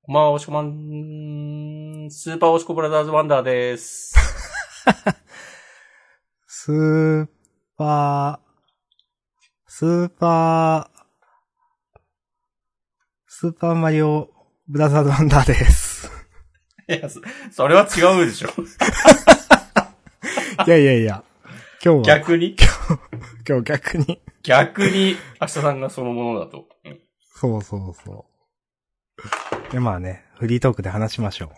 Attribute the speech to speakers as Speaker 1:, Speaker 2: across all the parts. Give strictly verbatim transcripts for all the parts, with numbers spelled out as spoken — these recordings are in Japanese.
Speaker 1: まあ、おしこまん、スーパーおしこブラザーズワンダーです。
Speaker 2: スーパー、スーパー、スーパーマリオブラザーズワンダーです。
Speaker 1: いや、そ、それは違うでしょ。
Speaker 2: いやいやいや、今日は。
Speaker 1: 逆に
Speaker 2: 今日、今日逆に。
Speaker 1: 逆に、明日さんがそのものだと。うん、
Speaker 2: そうそうそう。で、まあね、フリートークで話しましょう。はい。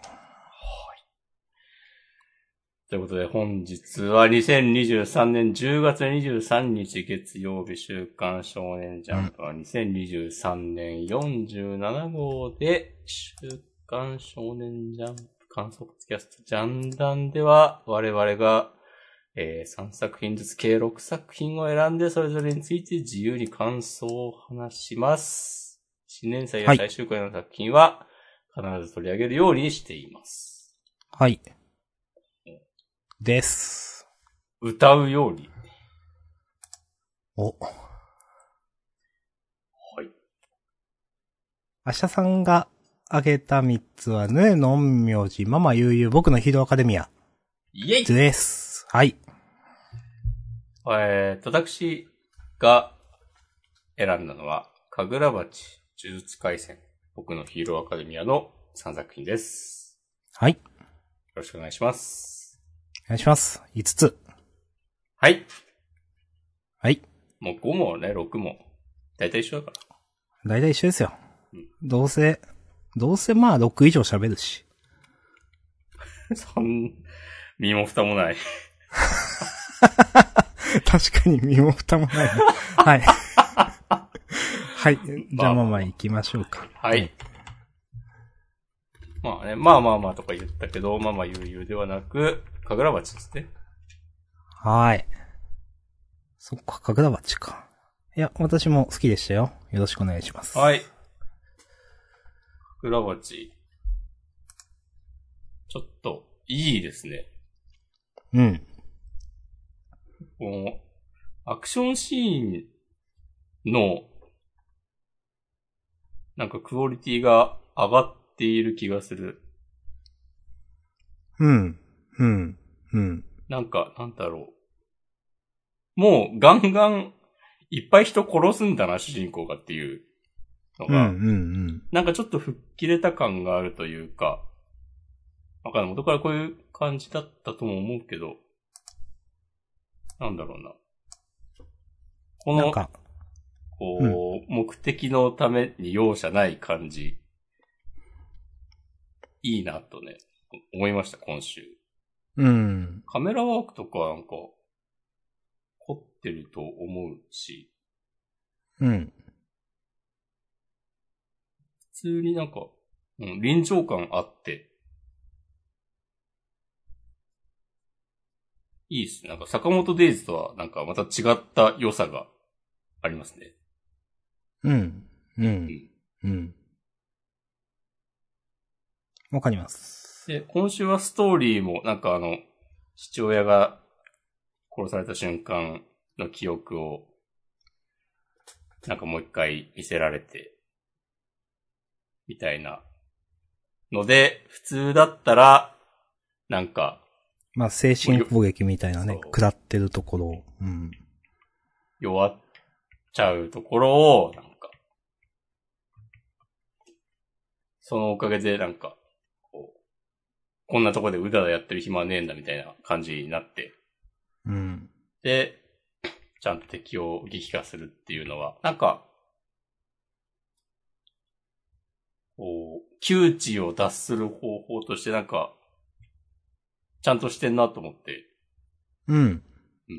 Speaker 1: ということで、本日はにせんにじゅうさんねんじゅうがつにじゅうさんにち月曜日週刊少年ジャンプはにせんにじゅうさんねんよんじゅうななごうで、週刊少年ジャンプ観測キャストジャンダンでは、我々が、えー、さんさく品ずつ計ろくさく品を選んで、それぞれについて自由に感想を話します。新年祭や最終回の作品は、必ず取り上げるようにしています。
Speaker 2: はい。です。
Speaker 1: 歌うように。
Speaker 2: お。
Speaker 1: はい。
Speaker 2: 明日さんが挙げたみっつはね、のんみょうじ、ママゆうゆう、僕のヒーローアカデミア。
Speaker 1: イェイ
Speaker 2: です。はい。
Speaker 1: えー、私が選んだのは、かぐら鉢呪術廻戦、僕のヒーローアカデミアのさんさく品です。
Speaker 2: はい。よ
Speaker 1: ろしくお願いします。
Speaker 2: お願いします。いつつ。
Speaker 1: はい。
Speaker 2: はい。
Speaker 1: もうごもね、ろくも、だいたい一緒だから。
Speaker 2: だいたい一緒ですよ。
Speaker 1: うん、ど
Speaker 2: うせ、どうせまあろく以上喋るし。
Speaker 1: そん、身も蓋もない。
Speaker 2: 確かに身も蓋もない。はい。はい。じゃあまあまあ行きましょうか。
Speaker 1: はい。まあね、まあまあまあとか言ったけど、まあまあゆうゆうではなく、かぐら鉢ですね。
Speaker 2: はい。そっか、かぐら鉢か。いや、私も好きでしたよ。よろしくお願いします。
Speaker 1: はい。かぐら鉢。ちょっと、いいですね。
Speaker 2: うん。
Speaker 1: この、アクションシーンの、なんかクオリティが上がっている気がする。
Speaker 2: うん。うん。うん。
Speaker 1: なんか、なんだろう。もう、ガンガン、いっぱい人殺すんだな、主人公がっていうのが、
Speaker 2: うんうんうん、
Speaker 1: なんかちょっと吹っ切れた感があるというか、わかんない。元からこういう感じだったとも思うけど、なんだろうな。この、こう、うん、目的のために容赦ない感じ、いいなとね、思いました、今週。
Speaker 2: うん。
Speaker 1: カメラワークとかなんか、凝ってると思うし。
Speaker 2: うん。
Speaker 1: 普通になんか、うん、臨場感あって、いいですね。なんか坂本デイズとはなんかまた違った良さがありますね。
Speaker 2: うん。うん。うん。わかります。
Speaker 1: で、今週はストーリーもなんかあの、父親が殺された瞬間の記憶を、なんかもう一回見せられて、みたいなので、普通だったら、なんか、
Speaker 2: まあ、精神攻撃みたいなね、食らってるところを、うん。
Speaker 1: 弱っちゃうところを、なんか、そのおかげでなんか、こう、こんなとこでうだうだやってる暇はねえんだみたいな感じになって。
Speaker 2: うん。
Speaker 1: で、ちゃんと敵を撃破するっていうのは、なんか、こう、窮地を脱する方法としてなんか、ちゃんとしてんなと思って。
Speaker 2: うん。うん。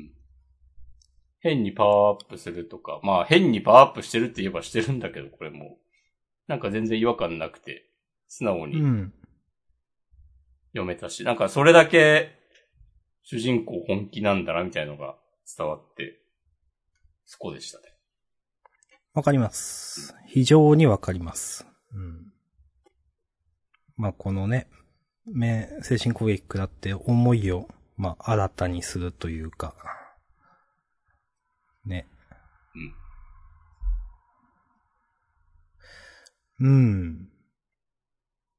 Speaker 1: 変にパワーアップするとか、まあ変にパワーアップしてるって言えばしてるんだけど、これも。なんか全然違和感なくて、素直に読めたし、うん、なんかそれだけ主人公本気なんだなみたいなのが伝わって、そこでしたね。
Speaker 2: わかります。非常にわかります。うん。まあこのね、目、精神攻撃食らって思いを、まあ新たにするというか、ね。うん。うん。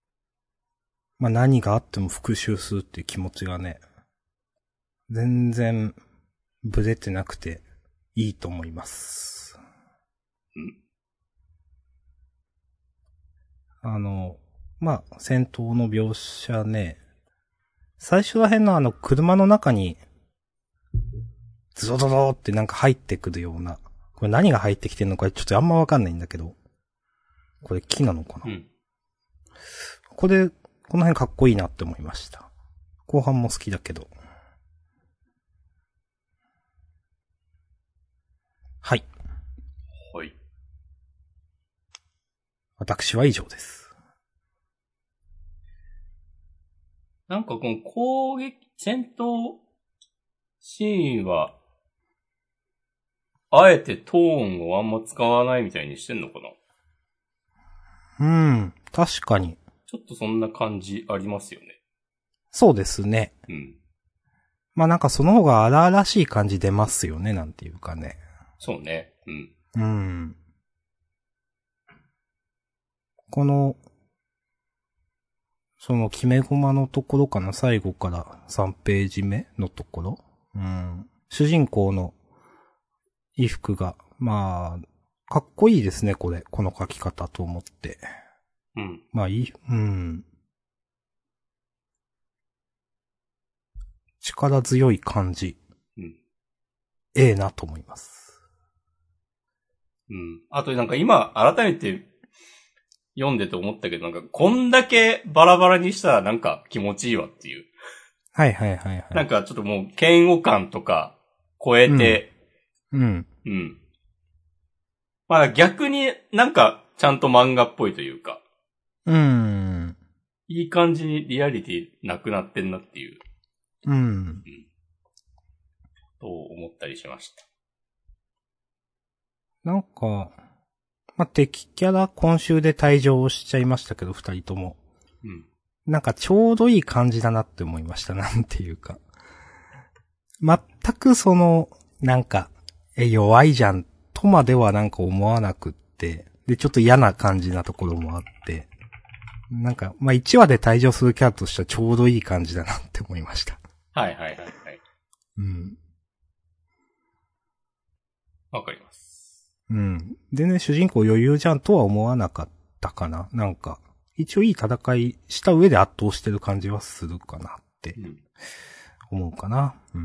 Speaker 2: まあ何があっても復讐するっていう気持ちがね、全然ブレてなくていいと思います。
Speaker 1: ん
Speaker 2: あの、まあ戦闘の描写ね、最初ら辺のあの車の中にズドドドってなんか入ってくるような、これ何が入ってきてるのかちょっとあんまわかんないんだけど、これ木なのかな、
Speaker 1: うん、
Speaker 2: これ、この辺かっこいいなって思いました。後半も好きだけど。はい。
Speaker 1: はい。
Speaker 2: 私は以上です。
Speaker 1: なんかこの攻撃、戦闘シーンは、あえてトーンをあんま使わないみたいにしてんのかな？
Speaker 2: うん、確かに。
Speaker 1: ちょっとそんな感じありますよね。
Speaker 2: そうですね。
Speaker 1: うん。
Speaker 2: まあなんかその方が荒々しい感じ出ますよね、なんていうかね。
Speaker 1: そうね。うん。
Speaker 2: うん。この、その決め駒のところかな、最後からさんページ目のところ。うん。主人公の衣服が、まあ、かっこいいですね、これ。この書き方と思って。
Speaker 1: うん。
Speaker 2: まあいい、うん。力強い感じ。
Speaker 1: うん。
Speaker 2: ええなと思います。
Speaker 1: うん。あとなんか今、改めて読んでて思ったけど、なんかこんだけバラバラにしたらなんか気持ちいいわっていう。
Speaker 2: はいはいはいはい。
Speaker 1: なんかちょっともう嫌悪感とか超えて、
Speaker 2: うん。うん。
Speaker 1: うん。まあ逆になんかちゃんと漫画っぽいというか、
Speaker 2: うーん。
Speaker 1: いい感じにリアリティなくなってんなっていう、
Speaker 2: うん。
Speaker 1: うん、と思ったりしました。
Speaker 2: なんか、まあ、敵キャラ今週で退場しちゃいましたけど、二人とも。
Speaker 1: うん。
Speaker 2: なんかちょうどいい感じだなって思いました。なんていうか。全くその、なんか、え、弱いじゃん、とまではなんか思わなくって、で、ちょっと嫌な感じなところもあって、なんか、まあ、いちわで退場するキャラとしてはちょうどいい感じだなって思いました。
Speaker 1: はいはいはいはい。
Speaker 2: うん。
Speaker 1: わかります。
Speaker 2: うん。でね、主人公余裕じゃんとは思わなかったかな。なんか、一応いい戦いした上で圧倒してる感じはするかなって思うかな。うん。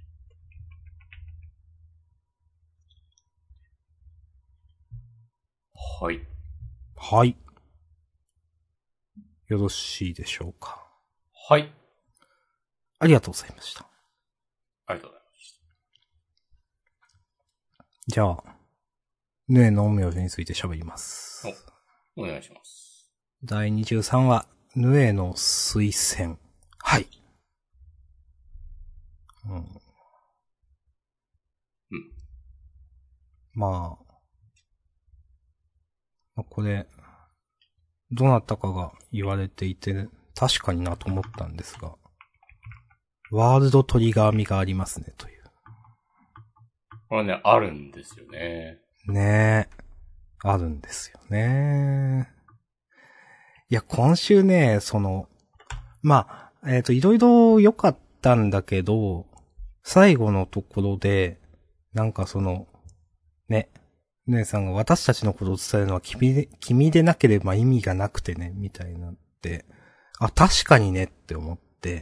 Speaker 1: はい。
Speaker 2: はい。よろしいでしょうか。
Speaker 1: はい。
Speaker 2: ありがとうございました。
Speaker 1: ありがとうございまし
Speaker 2: じゃあ、ヌエの陰陽師について喋ります。
Speaker 1: お、お願いします。
Speaker 2: だいにじゅうさんわ、ヌエの推薦。はい。うん。うん。まあ、まあ、これ、どなたかが言われていて、確かになと思ったんですが、ワールドトリガー味がありますね、という。
Speaker 1: これね、あるんですよね。
Speaker 2: ねえ。あるんですよね。いや、今週ね、その、まあ、えっと、いろいろ良かったんだけど、最後のところで、なんかその、ね、姉さんが私たちのことを伝えるのは君で、君でなければ意味がなくてね、みたいなって、あ、確かにねって思って、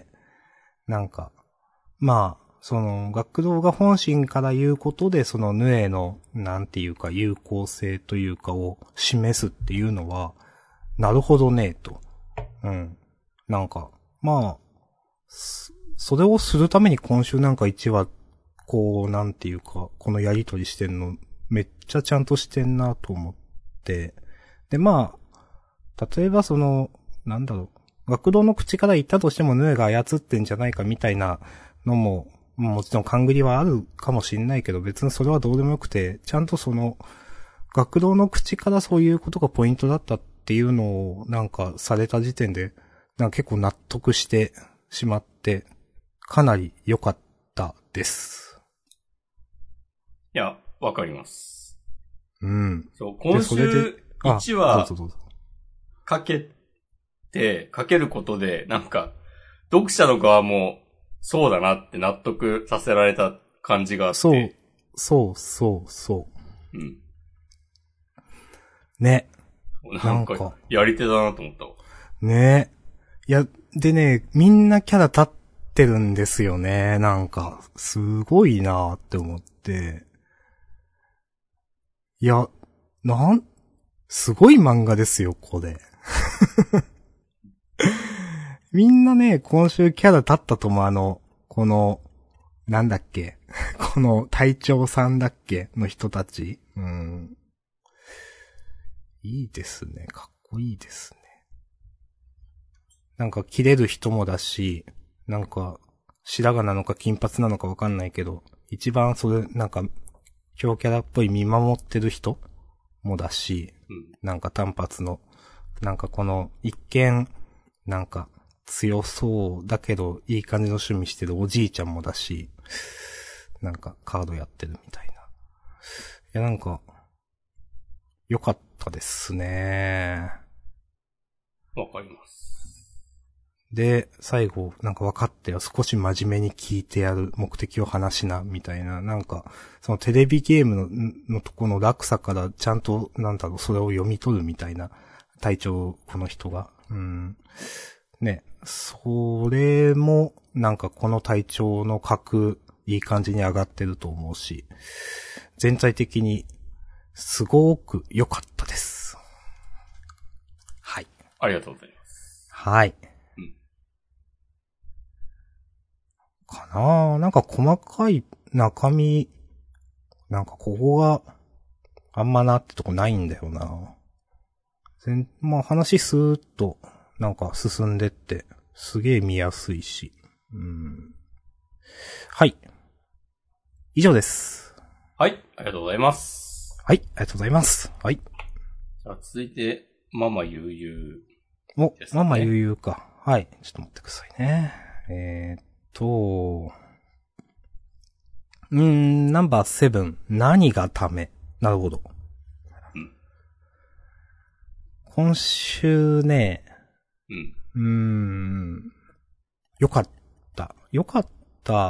Speaker 2: なんか、まあ、その、学童が本心から言うことで、そのヌエの、なんていうか、有効性というかを示すっていうのは、なるほどね、と。うん。なんか、まあ、それをするために今週なんかいちわ、こう、なんていうか、このやりとりしてんの、めっちゃちゃんとしてんなと思って。で、まあ、例えばその、なんだろう、学童の口から言ったとしてもヌエが操ってんじゃないかみたいなのも、もちろん勘繰りはあるかもしんないけど、別にそれはどうでもよくて、ちゃんとその、学童の口からそういうことがポイントだったっていうのをなんかされた時点で、なんか結構納得してしまって、かなり良かったです。
Speaker 1: いや、わかります。
Speaker 2: うん。
Speaker 1: そう、今週いちわかけて書けることで、なんか、読者の側もそうだなって納得させられた感じがあって。
Speaker 2: そう、そう、そう、そう。
Speaker 1: うん。
Speaker 2: ね。
Speaker 1: なんか、やり手だなと思ったわ。
Speaker 2: ね。いや、でね、みんなキャラ立ってるんですよね。なんか、すごいなーって思って。いや、なん、すごい漫画ですよ、これ。みんなね、今週キャラ立ったともあの、この、なんだっけこの隊長さんだっけの人たち。うん。いいですね。かっこいいですね。なんか切れる人もだし、なんか、白髪なのか金髪なのかわかんないけど、一番それ、なんか、強キャラっぽい見守ってる人もだし、
Speaker 1: うん、
Speaker 2: なんか単発の、なんかこの、一見、なんか、強そうだけど、いい感じの趣味してるおじいちゃんもだし、なんかカードやってるみたいな。いや、なんか、良かったですね。
Speaker 1: わかります。
Speaker 2: で、最後、なんか分かってよ、少し真面目に聞いてやる、目的を話しな、みたいな、なんか、そのテレビゲームの、のとこの落差からちゃんと、なんだろう、それを読み取るみたいな、隊長、この人が。うん。ね、それも、なんかこの隊長の格、いい感じに上がってると思うし、全体的に、すごく良かったです。はい。
Speaker 1: ありがとうございます。
Speaker 2: はい。かなぁ。なんか細かい中身、なんかここがあんまなってとこないんだよな。全まあ話スーッとなんか進んでってすげえ見やすいし。うん。はい。以上です。
Speaker 1: はい、ありがとうございます。
Speaker 2: はい、ありがとうございます。はい。
Speaker 1: じゃあ続いて、ママゆうゆ
Speaker 2: う。お、ママゆうゆうか。はい。ちょっと待ってくださいね。えーっと、うーん、ナンバーセブン。何がため。なるほど。
Speaker 1: うん、
Speaker 2: 今週ね、
Speaker 1: うん。
Speaker 2: うーん、よかった。よかった。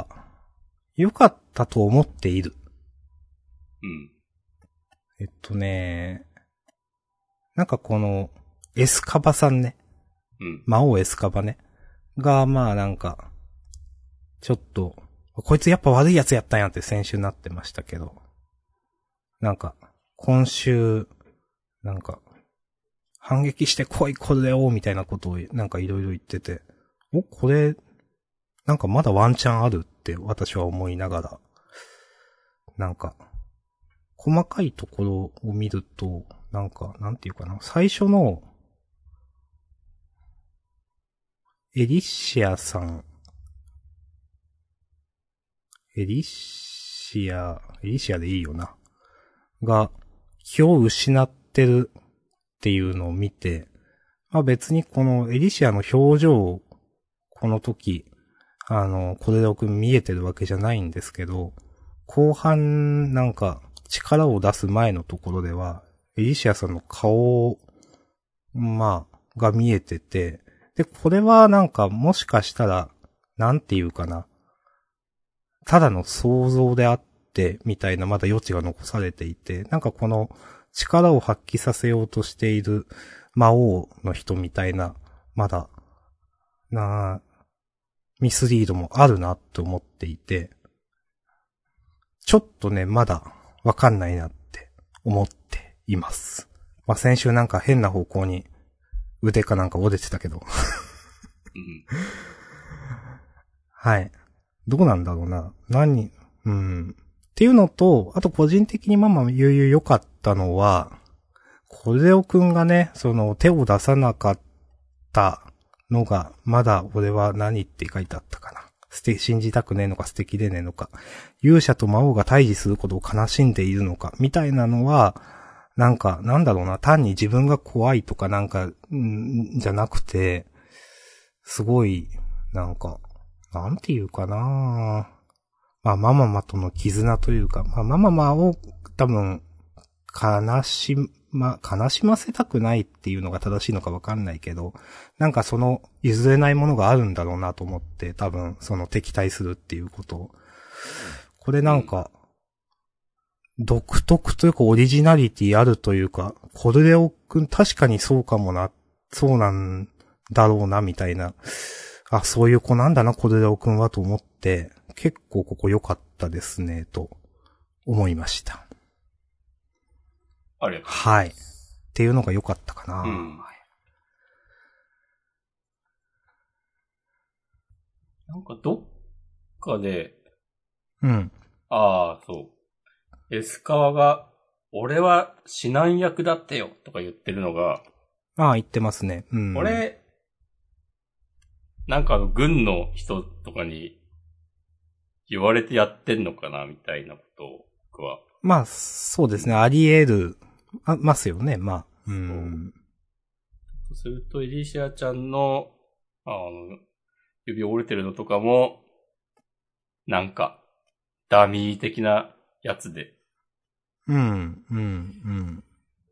Speaker 2: よかったと思っている。
Speaker 1: うん。
Speaker 2: えっとね、なんかこの、エスカバさんね。
Speaker 1: うん。
Speaker 2: 魔王エスカバね。が、まあなんか、ちょっと、こいつやっぱ悪いやつやったんやって先週なってましたけど。なんか、今週、なんか、反撃してこいこれをみたいなことをなんかいろいろ言ってて、お、これ、なんかまだワンチャンあるって私は思いながら、なんか、細かいところを見ると、なんか、なんていうかな、最初の、エリシアさん、エリシア、エリシアでいいよな。が、気を失ってるっていうのを見て、まあ別にこのエリシアの表情を、この時、あの、コレド君見えてるわけじゃないんですけど、後半なんか力を出す前のところでは、エリシアさんの顔を、まあ、が見えてて、で、これはなんかもしかしたら、なんていうかな、ただの想像であって、みたいなまだ余地が残されていて、なんかこの力を発揮させようとしている魔王の人みたいな、まだ、なあ、ミスリードもあるなって思っていて、ちょっとね、まだわかんないなって思っています。まあ、先週なんか変な方向に腕かなんか折れてたけど。
Speaker 1: うん、
Speaker 2: はい。どうなんだろうな。何、うん。っていうのと、あと個人的にママゆうゆう良かったのは、コレオくんがね、その手を出さなかったのが、まだ俺は何って書いてあったかな。捨て、信じたくねえのか素敵でねえのか。勇者と魔王が対峙することを悲しんでいるのか、みたいなのは、なんか、なんだろうな、単に自分が怖いとかなんか、んじゃなくて、すごい、なんか、なんていうかなまあ、マママとの絆というか、まあ、マママを多分、悲しまあ、悲しませたくないっていうのが正しいのかわかんないけど、なんかその譲れないものがあるんだろうなと思って、多分その敵対するっていうことを。これなんか、独特というかオリジナリティあるというか、コルレオくん確かにそうかもな、そうなんだろうなみたいな、あ、そういう子なんだなコルレオくんはと思って、結構ここ良かったですね、と思いました。
Speaker 1: ありがとうございます。
Speaker 2: はい。っていうのが良かったかな。
Speaker 1: うん。なんかどっかで、
Speaker 2: うん。
Speaker 1: ああ、そう。エスカワが、俺は指南役だってよとか言ってるのが、
Speaker 2: ああ、言ってますね。うん。
Speaker 1: 俺、なんかあの、軍の人とかに言われてやってんのかなみたいなことを、僕は。
Speaker 2: まあ、そうですね。あり得る、あ、ますよね。まあ。うん。
Speaker 1: そうすると、エリシアちゃんの、あの、指折れてるのとかも、なんか、ダミー的なやつで。
Speaker 2: うん、うん、うん。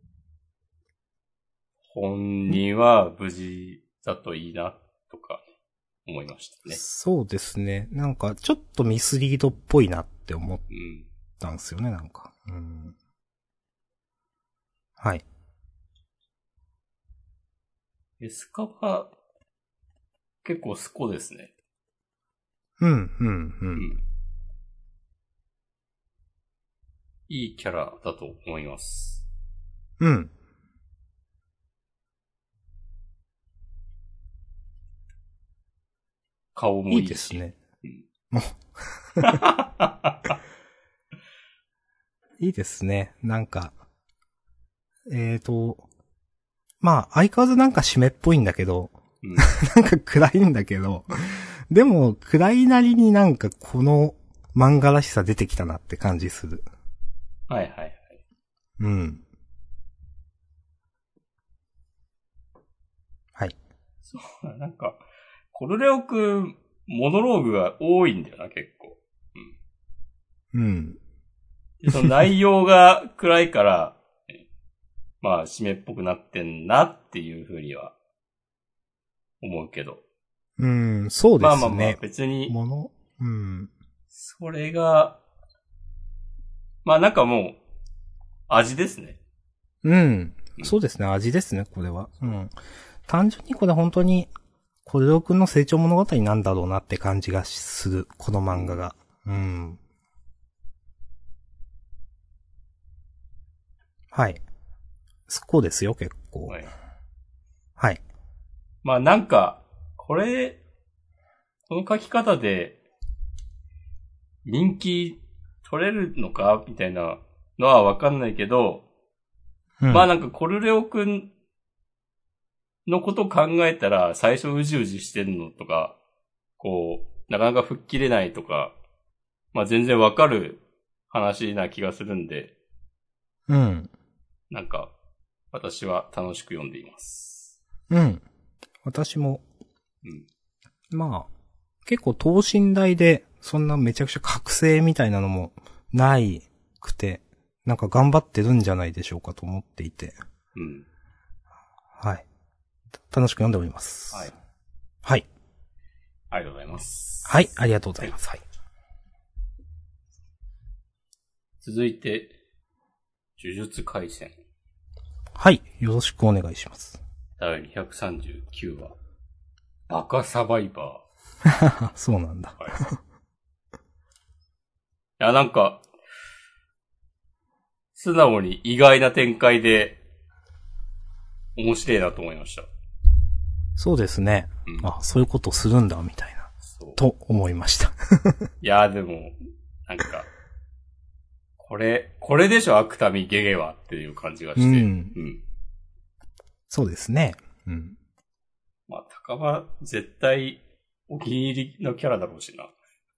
Speaker 1: 本人は無事だといいな、とか、思いましたね。
Speaker 2: そうですね。なんか、ちょっとミスリードっぽいなって思ったんですよね、なんか。うん。はい。
Speaker 1: エスカバ、結構スコですね。
Speaker 2: うん、うん、う
Speaker 1: うんん。いいキャラだと思います。
Speaker 2: うん。
Speaker 1: 顔もいいし。
Speaker 2: いいですね。
Speaker 1: うん、
Speaker 2: もういいですね。なんか、えーと、まあ、相変わらずなんか締めっぽいんだけど、
Speaker 1: うん、
Speaker 2: なんか暗いんだけど、でも暗いなりになんかこの漫画らしさ出てきたなって感じする。
Speaker 1: はいはいはい。
Speaker 2: うん。はい。
Speaker 1: そう、なんか、コルレオくん、モノローグが多いんだよな、結構。
Speaker 2: うん。うん。
Speaker 1: で、その内容が暗いから、まあ、締めっぽくなってんなっていうふうには、思うけど。
Speaker 2: うん、そうで
Speaker 1: まあまあまあ、
Speaker 2: すね。
Speaker 1: 別に、
Speaker 2: もの、うん。
Speaker 1: それが、まあなんかもう、味ですね。
Speaker 2: うん。
Speaker 1: うん、
Speaker 2: そうですね。味ですね、これは。うん。単純にこれ本当に、小レくんの成長物語なんだろうなって感じがする、この漫画が。うん。はい。そうですよ、結構。
Speaker 1: はい。
Speaker 2: はい。
Speaker 1: まあなんか、これ、この書き方で、人気取れるのかみたいなのはわかんないけど、
Speaker 2: うん、
Speaker 1: まあなんかコルレオくんのこと考えたら最初うじうじしてるのとか、こう、なかなか吹っ切れないとか、まあ全然わかる話な気がするんで、
Speaker 2: うん。
Speaker 1: なんか私は楽しく読んでいます。
Speaker 2: うん。私も、
Speaker 1: うん、
Speaker 2: まあ、結構等身大で、そんなめちゃくちゃ覚醒みたいなのもないくて、なんか頑張ってるんじゃないでしょうかと思っていて。
Speaker 1: うん。
Speaker 2: はい。楽しく読んでおります。
Speaker 1: はい。
Speaker 2: はい。
Speaker 1: ありがとうございます。
Speaker 2: はい、ありがとうございます。はい。
Speaker 1: 続いて、呪術廻戦。
Speaker 2: はい、よろしくお願いします。
Speaker 1: だいにひゃくさんじゅうきゅうわ。バカサバイバ
Speaker 2: ー。そうなんだ。
Speaker 1: はい。いや、なんか、素直に意外な展開で、面白いなと思いました。
Speaker 2: そうですね。うん、あ、そういうことするんだ、みたいな。そう。と思いました。
Speaker 1: いや、でも、なんか、これ、これでしょ、アクタミゲゲはっていう感じがして。うん。うん、
Speaker 2: そうですね。うん。
Speaker 1: まあ、高場、絶対、お気に入りのキャラだろうしな。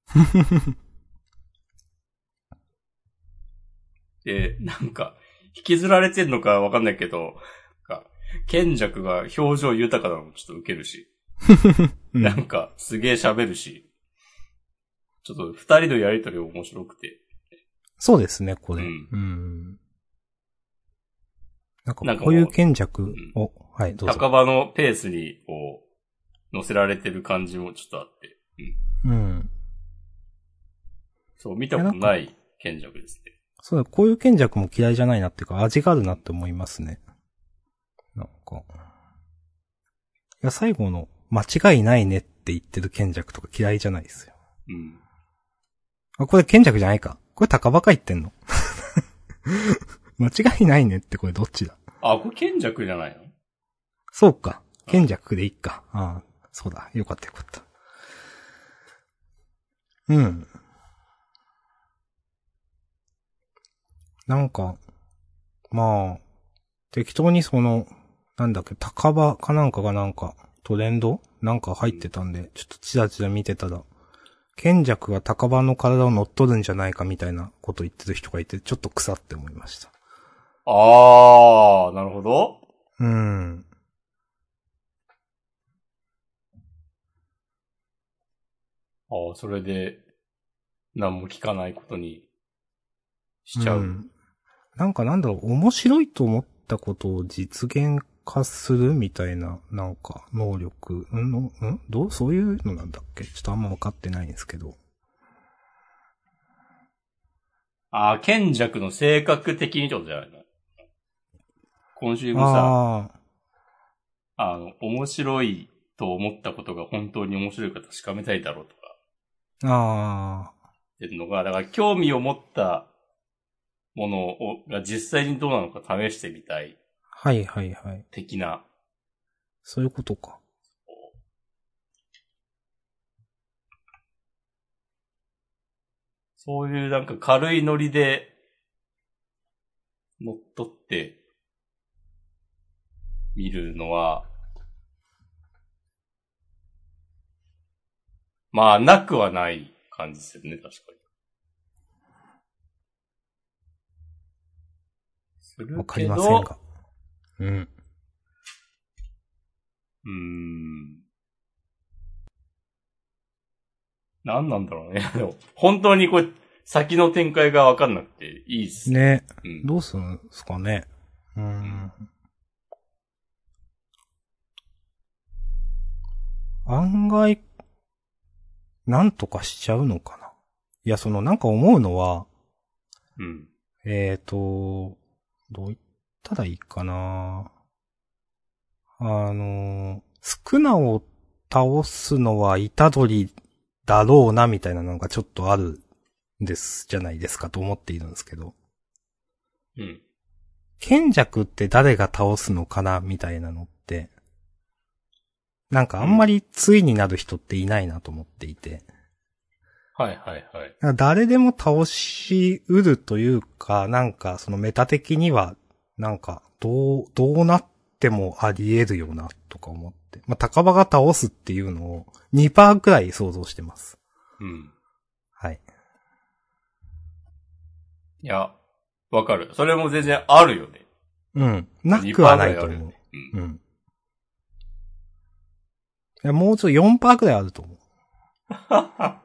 Speaker 1: で、なんか、引きずられてんのかわかんないけど、賢弱が表情豊かなのもちょっとウケるし。うん、なんか、すげえ喋るし。ちょっと二人のやりとり面白くて。
Speaker 2: そうですね、これ。うん。うん、 なんかこういう賢弱を、うん、はい、どうぞ。
Speaker 1: 高場のペースに、こう、乗せられてる感じもちょっとあって。
Speaker 2: うん。うん。
Speaker 1: そう、見たことない賢弱ですね。
Speaker 2: そうだ、こういう賢弱も嫌いじゃないなっていうか、味があるなって思いますね。なんか。いや、最後の、間違いないねって言ってる賢弱とか嫌いじゃないですよ。
Speaker 1: うん。
Speaker 2: あ、これ賢弱じゃないか。これ高場か言ってんの間違いないねってこれどっちだ？
Speaker 1: あ、これ賢弱じゃないの？
Speaker 2: そうか。賢弱でいいか。ああ、そうだ。よかったよかった。うん。なんか、まあ、適当にその、なんだっけ、高場かなんかがなんか、トレンドなんか入ってたんで、ちょっとチラチラ見てたら、賢弱が高場の体を乗っ取るんじゃないかみたいなこと言ってる人がいて、ちょっと腐って思いました。
Speaker 1: あー、なるほど。
Speaker 2: うーん。
Speaker 1: ああ、それで、何も聞かないことにしちゃう。うん、
Speaker 2: なんかなんだろう、面白いと思ったことを実現化するみたいな、なんか、能力、んの、んどうそういうのなんだっけ？ちょっとあんま分かってないんですけど。
Speaker 1: ああ、賢弱の性格的にってことじゃないの？今週もさ、ああの、面白いと思ったことが本当に面白いか確かめたいだろうとか。
Speaker 2: ああ。
Speaker 1: っていうのが、だから興味を持ったものをが実際にどうなのか試してみたい。
Speaker 2: はいはいはい。
Speaker 1: 的な。
Speaker 2: そういうことか。
Speaker 1: そういうなんか軽いノリで乗っ取って見るのは、まあなくはない感じするね、確かに。するけど。
Speaker 2: わかりませんが。うん。
Speaker 1: うーん。何なんだろうね。でも本当にこれ、先の展開がわかんなくていいっす
Speaker 2: ね。ね、うん。どうするんですかね。うーん。案外、なんとかしちゃうのかな。いや、そのなんか思うのは、
Speaker 1: うん。
Speaker 2: えーと、どう言ったらいいかな。あの、スクナを倒すのは虎杖だろうなみたいなのがちょっとあるんですじゃないですかと思っているんですけど。
Speaker 1: うん。
Speaker 2: 賢弱って誰が倒すのかなみたいなのって、なんかあんまり対になる人っていないなと思っていて。
Speaker 1: うん、はいはいはい。
Speaker 2: 誰でも倒しうるというか、なんかそのメタ的には、なんかどう、どうなってもあり得るよなとか思って。まあ、高場が倒すっていうのを にパーセント くらい想像してます。
Speaker 1: うん。
Speaker 2: はい。
Speaker 1: いや、わかる。それも全然あるよね。
Speaker 2: うん。なくはないと思う。ね、うん。うん。いや、もうちょっと よんパーセント くらいあると思う。はい。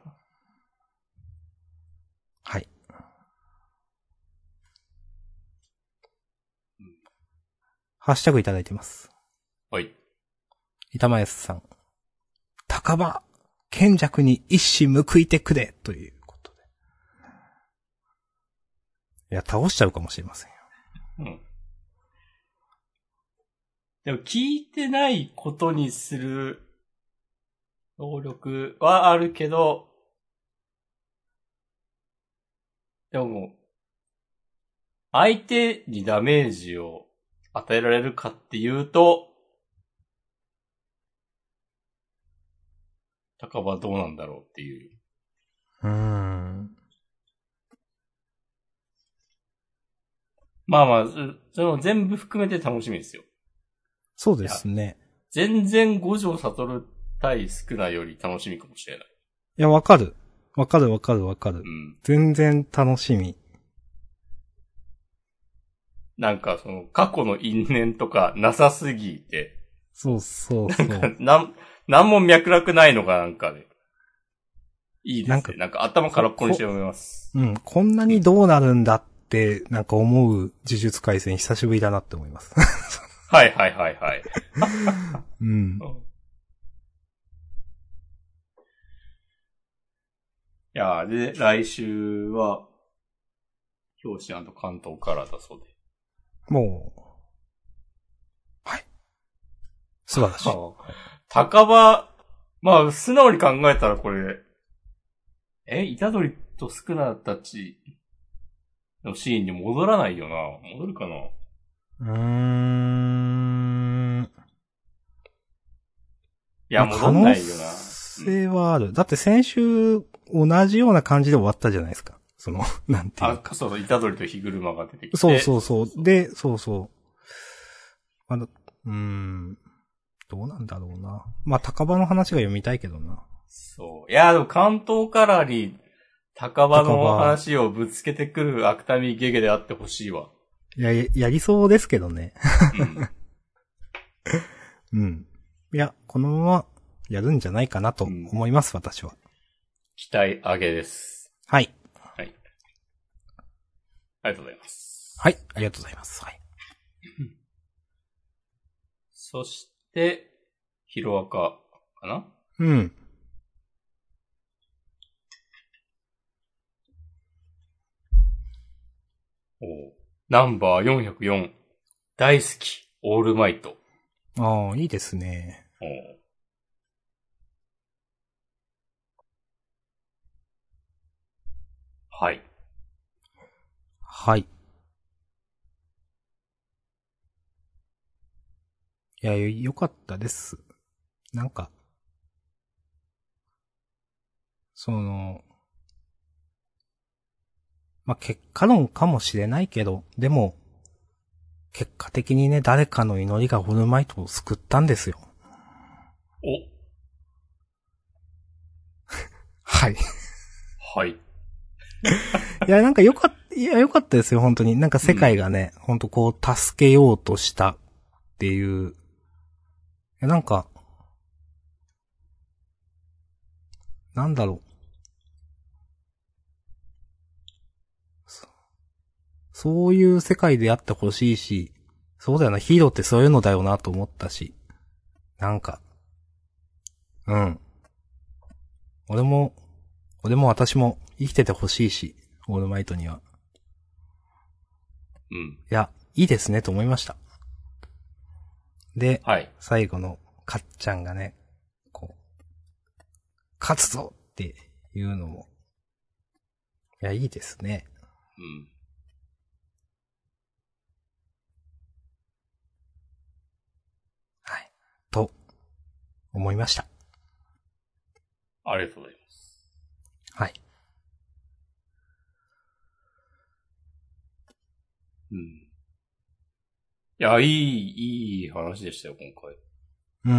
Speaker 2: ハッシュタグいただいてます。
Speaker 1: はい。
Speaker 2: 板前さん。高場、賢弱に一矢報いてくれということで。いや、倒しちゃうかもしれませんよ。
Speaker 1: うん。でも聞いてないことにする能力はあるけど、でも、相手にダメージを与えられるかっていうと、高場どうなんだろうっていう。
Speaker 2: うーん。
Speaker 1: まあまあ、その全部含めて楽しみですよ。
Speaker 2: そうですね。
Speaker 1: 全然五条悟対少ないより楽しみかもしれない。
Speaker 2: いや、わかる。わかるわかるわかる。
Speaker 1: うん。
Speaker 2: 全然楽しみ。
Speaker 1: なんかその過去の因縁とかなさすぎて。
Speaker 2: そうそうそう。
Speaker 1: なんか、なん、なんも脈絡ないのがなんかね。いいですね。なんか、なんか頭空っぽにして読めます。
Speaker 2: うん。こんなにどうなるんだっってなんか思う呪術廻戦久しぶりだなって思います。
Speaker 1: はいはいはいはい。
Speaker 2: うん。
Speaker 1: いやー、で、来週は、表紙関東からだそうで。
Speaker 2: もう、はい。素晴らしい。
Speaker 1: 高場、まあ、素直に考えたらこれ、え、虎杖とスクナたちのシーンに戻らないよな。戻るかな。
Speaker 2: うーん。
Speaker 1: いや、戻んないよな。
Speaker 2: 可能性はある。だって先週、同じような感じで終わったじゃないですか。その、なんていうか。
Speaker 1: あ、そう、虎杖と火車が出てきて。
Speaker 2: そうそうそう。で、そうそう。まだ、うーん。どうなんだろうな。まあ、高場の話が読みたいけどな。
Speaker 1: そう。いや、でも関東カラーに高場の話をぶつけてくる芥見ゲゲであってほしいわ。
Speaker 2: いや、やりそうですけどね。うん。うん。いや、このままやるんじゃないかなと思います、うん、私は。
Speaker 1: 期待上げです。
Speaker 2: はい。
Speaker 1: はい。ありがとうございます。
Speaker 2: はい、ありがとうございます。はい。
Speaker 1: そして、ヒロアカかな？
Speaker 2: うん。
Speaker 1: おナンバーよんひゃくよん。大好き、オールマイト。
Speaker 2: ああ、いいですね。
Speaker 1: おはい。
Speaker 2: はい。いや、よかったです。なんか、その、まあ、結果論かもしれないけど、でも、結果的にね、誰かの祈りがオールマイトを救ったんですよ。
Speaker 1: お
Speaker 2: はい。
Speaker 1: はい。
Speaker 2: いや、なんかよかった、いや、よかったですよ、本当に。なんか世界がね、うん、本当こう、助けようとしたっていう。いや、なんか、なんだろう。そ、そういう世界であってほしいし、そうだよな、ヒーローってそういうのだよなと思ったし。なんか、うん。俺も、俺も私も生きててほしいし、オールマイトには。
Speaker 1: うん。い
Speaker 2: や、いいですねと思いました。で、
Speaker 1: はい、
Speaker 2: 最後のかっちゃんがね、こう、勝つぞっていうのも、いや、いいですね。
Speaker 1: うん。
Speaker 2: はい。と、思いました。
Speaker 1: ありがとうございます。
Speaker 2: はい。
Speaker 1: うん。いや、いい、いい話でしたよ、今回。
Speaker 2: うん。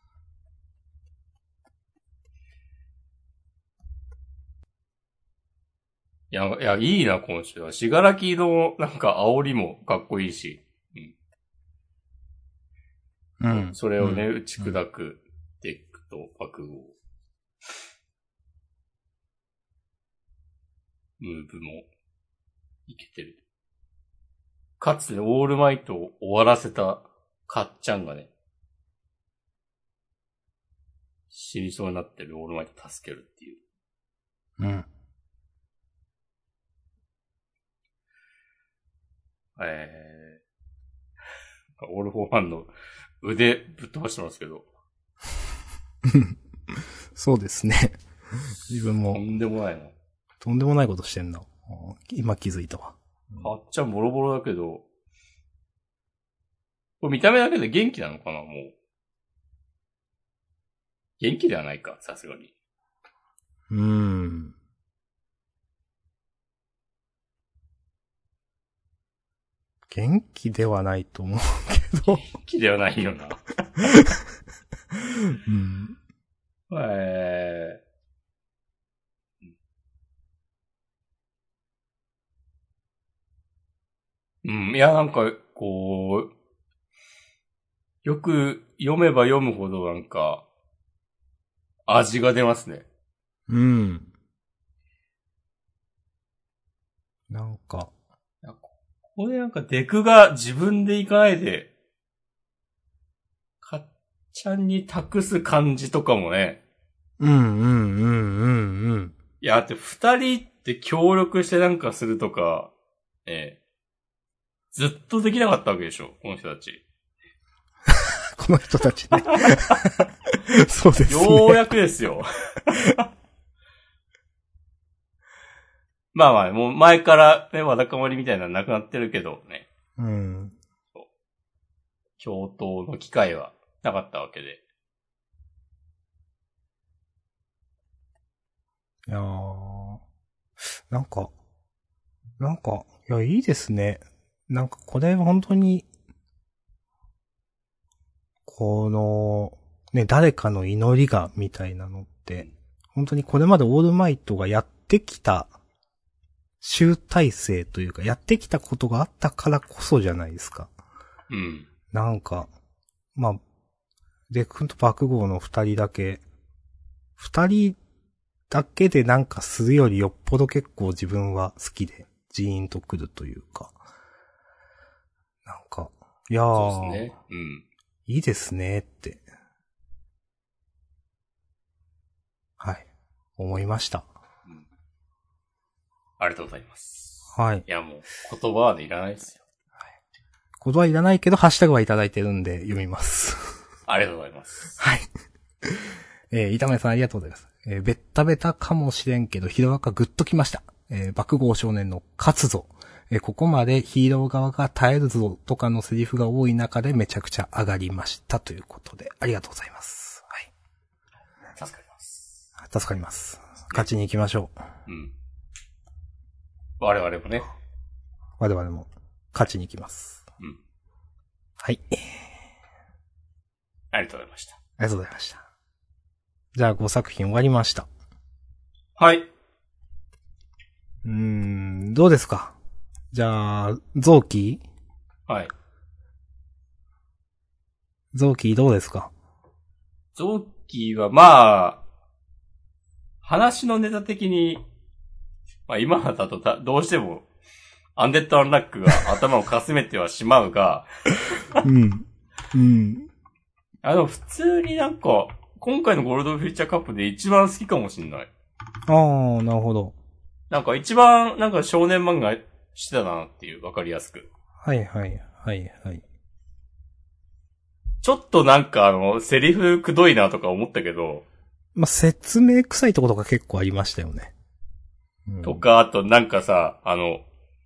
Speaker 1: いや、いや、いいな、今週は。しがらきの、なんか、煽りもかっこいいし。
Speaker 2: うん。うん、
Speaker 1: それをね、打ち砕くデックと爆豪。ムーブも、いけてる。かつてオールマイトを終わらせたかっちゃんがね、死にそうになってるオールマイト助けるっていう。
Speaker 2: うん。
Speaker 1: えー、オールフォーワンの腕ぶっ飛ばしてますけど。
Speaker 2: そうですね。自分も。
Speaker 1: とんでもないな。
Speaker 2: とんでもないことしてんな。今気づいたわ。
Speaker 1: かっちゃんボロボロだけど、これ見た目だけで元気なのかな、もう。元気ではないか、さすがに。
Speaker 2: うーん。元気ではないと思うけど。
Speaker 1: 元気ではないよな。
Speaker 2: うん。
Speaker 1: えー、うん、いや、なんか、こう、よく読めば読むほどなんか、味が出ますね。
Speaker 2: うん。なんか、
Speaker 1: これなんかデクが自分で行かないで、かっちゃんに託す感じとかもね。
Speaker 2: うんうんうんうんうん。
Speaker 1: いや、だって二人って協力してなんかするとか、ええ、ずっとできなかったわけでしょ、この人たち。
Speaker 2: この人たちね。そうですね。
Speaker 1: ようやくですよ。まあまあ、もう前からね、わだかまりみたいなのなくなってるけどね。
Speaker 2: うん。
Speaker 1: 共闘の機会はなかったわけで。
Speaker 2: いやー、なんか、なんか、いや、いいですね。なんか、これ本当に、この、ね、誰かの祈りが、みたいなのって、本当にこれまでオールマイトがやってきた、集大成というか、やってきたことがあったからこそじゃないですか。
Speaker 1: うん。
Speaker 2: なんか、まあ、デク君と爆豪の二人だけ、二人だけでなんかするよりよっぽど結構自分は好きで、ジーンとくるというか。なんか、いやー、
Speaker 1: そうですね。うん。
Speaker 2: いいですねって、はい、思いました。
Speaker 1: うん。ありがとうございます。
Speaker 2: はい。
Speaker 1: いやもう、言葉はでいらないですよ。
Speaker 2: はい。言葉いらないけど、ハッシュタグはいただいてるんで読みます。
Speaker 1: ありがとうございます。
Speaker 2: はい。えー、板前さんありがとうございます。えー、ベッタベタかもしれんけど、ヒロアカグッときました。えー、爆豪少年の勝つぞ。えー、ここまでヒーロー側が耐えるぞとかのセリフが多い中でめちゃくちゃ上がりましたということで、ありがとうございます。はい。
Speaker 1: 助かります。
Speaker 2: 助かります。勝ちに行きましょ
Speaker 1: う。うん。我々もね。
Speaker 2: 我々も勝ちに行きます。
Speaker 1: うん。
Speaker 2: はい。
Speaker 1: ありがとうございました。
Speaker 2: ありがとうございました。じゃあごさく品終わりました。
Speaker 1: はい。
Speaker 2: うーん、どうですか？じゃあ、臓器？
Speaker 1: はい。
Speaker 2: 臓器どうですか？
Speaker 1: 臓器はまあ、話のネタ的に、まあ今だとだどうしても、アンデッド・アンラックが頭をかすめてはしまうが、
Speaker 2: うん。うん。
Speaker 1: あの普通になんか、今回のゴールドフューチャーカップで一番好きかもしんない。
Speaker 2: ああ、なるほど。
Speaker 1: なんか一番なんか少年漫画してたなっていう、わかりやすく。
Speaker 2: はいはいはいはい。
Speaker 1: ちょっとなんかあの、セリフくどいなとか思ったけど、
Speaker 2: まあ、説明臭いところが結構ありましたよね。うん、
Speaker 1: とか、あとなんかさ、あの、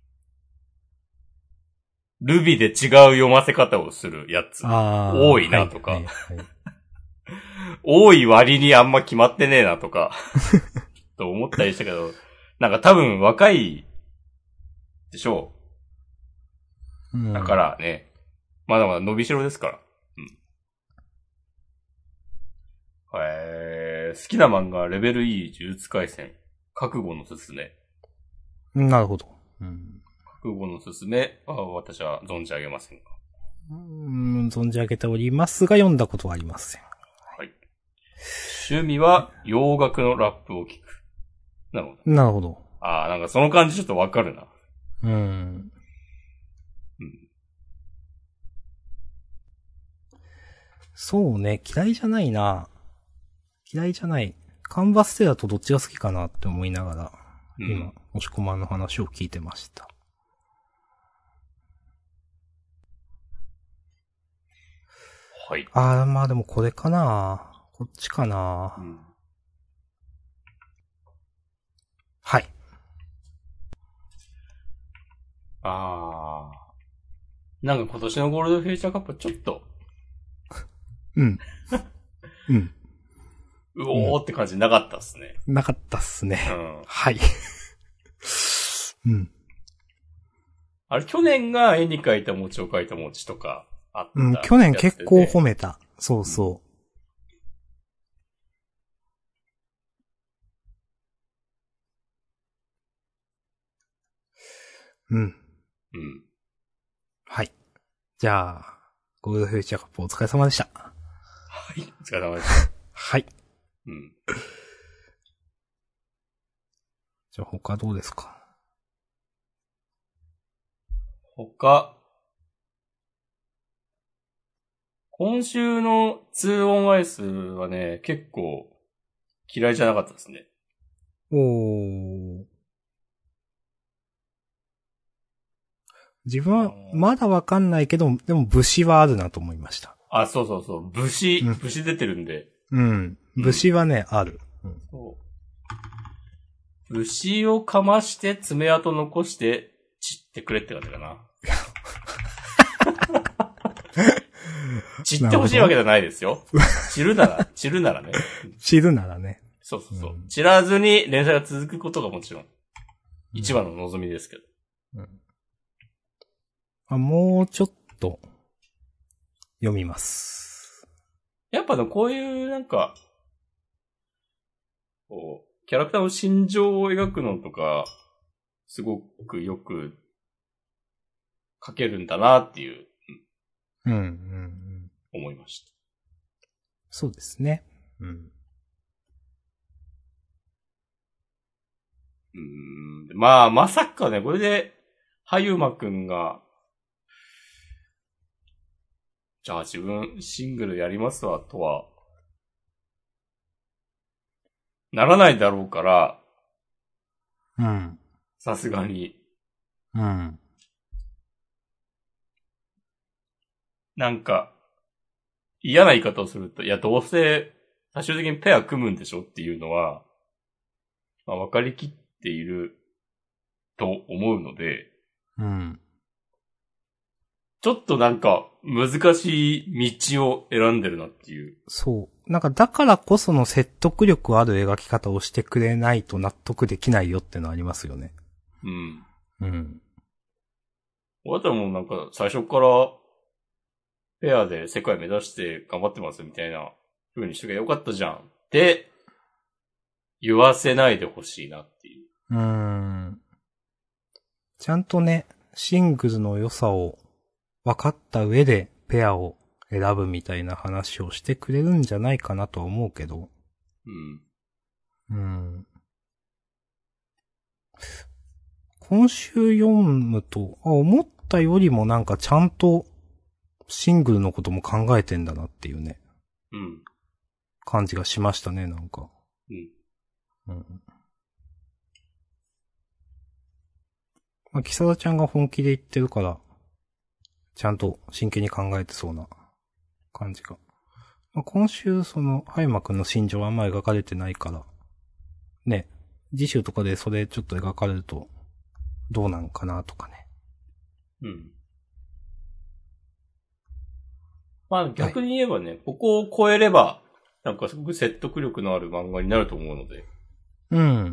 Speaker 1: ルビで違う読ませ方をするやつ。多いなとか。はいはいはい、多い割にあんま決まってねえなとか、と思ったりしたけど、なんか多分若いでしょう。うん、だからね、まだまだ伸びしろですから。うん。えー、好きな漫画、レベル E 呪術廻戦。覚悟のすすめ。
Speaker 2: なるほど。うん、
Speaker 1: 覚悟のすすめは私は存じ上げませんが。
Speaker 2: うーん、存じ上げておりますが、読んだことはありません。
Speaker 1: はい。趣味は洋楽のラップを聞く。なるほど。
Speaker 2: なるほど。
Speaker 1: ああ、なんかその感じちょっとわかるな。
Speaker 2: うん。うん。そうね、嫌いじゃないな。嫌いじゃない。カンバステラとどっちが好きかなって思いながら、うん、今、押し込まんの話を聞いてました。
Speaker 1: はい。
Speaker 2: ああ、まあでもこれかな。こっちかな。うん、はい。
Speaker 1: ああ。なんか今年のゴールドフューチャーカップちょっと。
Speaker 2: うん。うん。
Speaker 1: うおーって感じなかったっすね。
Speaker 2: なかったっすね。
Speaker 1: うん。
Speaker 2: はい。うん。
Speaker 1: あれ、去年が絵に描いた餅を描いた餅とかあった、ね。
Speaker 2: うん、去年結構褒めた。そうそう。うん。
Speaker 1: うん。
Speaker 2: はい。じゃあ、ゴールドフューチャーカップお疲れ様でした。は
Speaker 1: い、お疲れ様でした。
Speaker 2: はい。
Speaker 1: うん。
Speaker 2: じゃあ他どうですか？
Speaker 1: 他、今週のツーオンアイスはね、結構嫌いじゃなかったですね。
Speaker 2: おー。自分はまだわかんないけど、でも武士はあるなと思いました。
Speaker 1: あ、そうそうそう。武士、
Speaker 2: うん
Speaker 1: 武士出てるんで。
Speaker 2: うん。武士はね、うん、ある。うん、
Speaker 1: そう武士をかまして爪痕残して散ってくれって感じかな。散ってほしいわけじゃないですよ。散るなら、散るならね。
Speaker 2: 散るならね。
Speaker 1: そうそうそう。うん、散らずに連載が続くことがもちろん、一番の望みですけど。うん、
Speaker 2: あ、もうちょっと、読みます。
Speaker 1: やっぱね、こういうなんか、こう、キャラクターの心情を描くのとか、すごくよく書けるんだなっていう、
Speaker 2: うん、うん、うん。
Speaker 1: 思いました。
Speaker 2: そうですね。うん。
Speaker 1: うーん。まあ、まさかね、これで、はゆまくんが、じゃあ自分シングルやりますわ、とは、ならないだろうから、
Speaker 2: うん。
Speaker 1: さすがに。
Speaker 2: うん。
Speaker 1: なんか、嫌な言い方をすると、いや、どうせ、最終的にペア組むんでしょっていうのは、まあ、分かりきっていると思うので、
Speaker 2: うん。
Speaker 1: ちょっとなんか、難しい道を選んでるなっていう。
Speaker 2: そう。なんか、だからこその説得力ある描き方をしてくれないと納得できないよってのありますよね。
Speaker 1: うん。
Speaker 2: うん。
Speaker 1: あとはもうなんか、最初から、ペアで世界目指して頑張ってますみたいな風にしとけばよかったじゃんって言わせないでほしいなっていう。
Speaker 2: うーん。ちゃんとね、シングルの良さを分かった上でペアを選ぶみたいな話をしてくれるんじゃないかなとは思うけど。
Speaker 1: うん。
Speaker 2: うん。今週読むと、あ、思ったよりもなんかちゃんとシングルのことも考えてんだなっていうね。
Speaker 1: うん。
Speaker 2: 感じがしましたね、なんか。
Speaker 1: うん。
Speaker 2: うん。まあ、キサダちゃんが本気で言ってるから、ちゃんと真剣に考えてそうな感じが。まあ、今週その、ハイマくんの心情はあんま描かれてないから、ね、次週とかでそれちょっと描かれると、どうなんかなとかね。
Speaker 1: うん。まあ逆に言えばね、はい、ここを超えれば、なんかすごく説得力のある漫画になると思うので。
Speaker 2: うん。うん。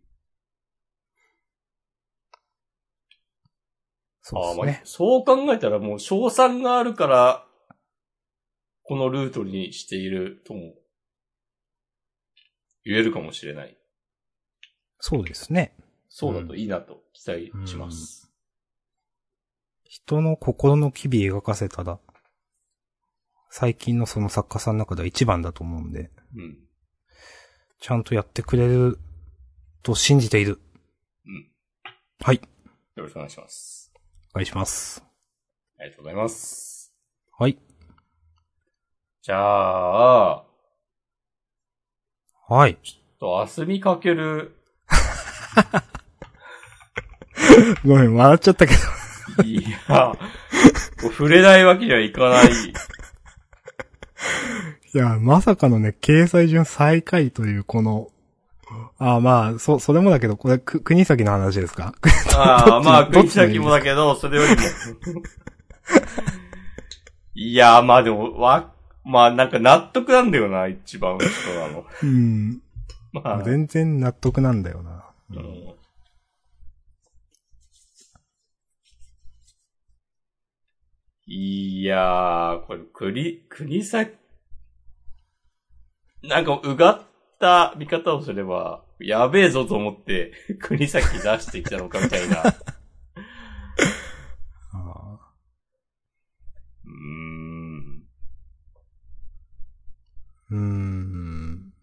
Speaker 2: そうですね。あ、まあ、
Speaker 1: そう考えたらもう賞賛があるから、このルートにしているとも言えるかもしれない。
Speaker 2: そうですね。
Speaker 1: そうだといいなと期待します。
Speaker 2: うん、人の心の機微描かせたら、最近のその作家さんの中では一番だと思うんで、
Speaker 1: うん、
Speaker 2: ちゃんとやってくれると信じている。
Speaker 1: うん、
Speaker 2: はい。
Speaker 1: よろしくお願いします。
Speaker 2: お願いします。
Speaker 1: ありがとうございます。
Speaker 2: はい。
Speaker 1: じゃあ、
Speaker 2: はい。
Speaker 1: ちょっと、あすみかける。
Speaker 2: ごめん、笑っちゃったけど。
Speaker 1: いや、触れないわけにはいかない。
Speaker 2: いや、まさかのね、掲載順最下位というこの、ああまあ、そ、それもだけど、これ、く、国崎の話ですか？
Speaker 1: ああ、まあ、国崎もだけど、それよりも。いや、まあでも、わ、まあなんか納得なんだよな、一番人なの。
Speaker 2: うん。
Speaker 1: まあ。
Speaker 2: 全然納得なんだよな。
Speaker 1: うん。いやー、これ、国、国崎、なんか、うがった見方をすれば、やべえぞと思って、国崎出してきたのかみたいな。ああ。うーん。
Speaker 2: うーん。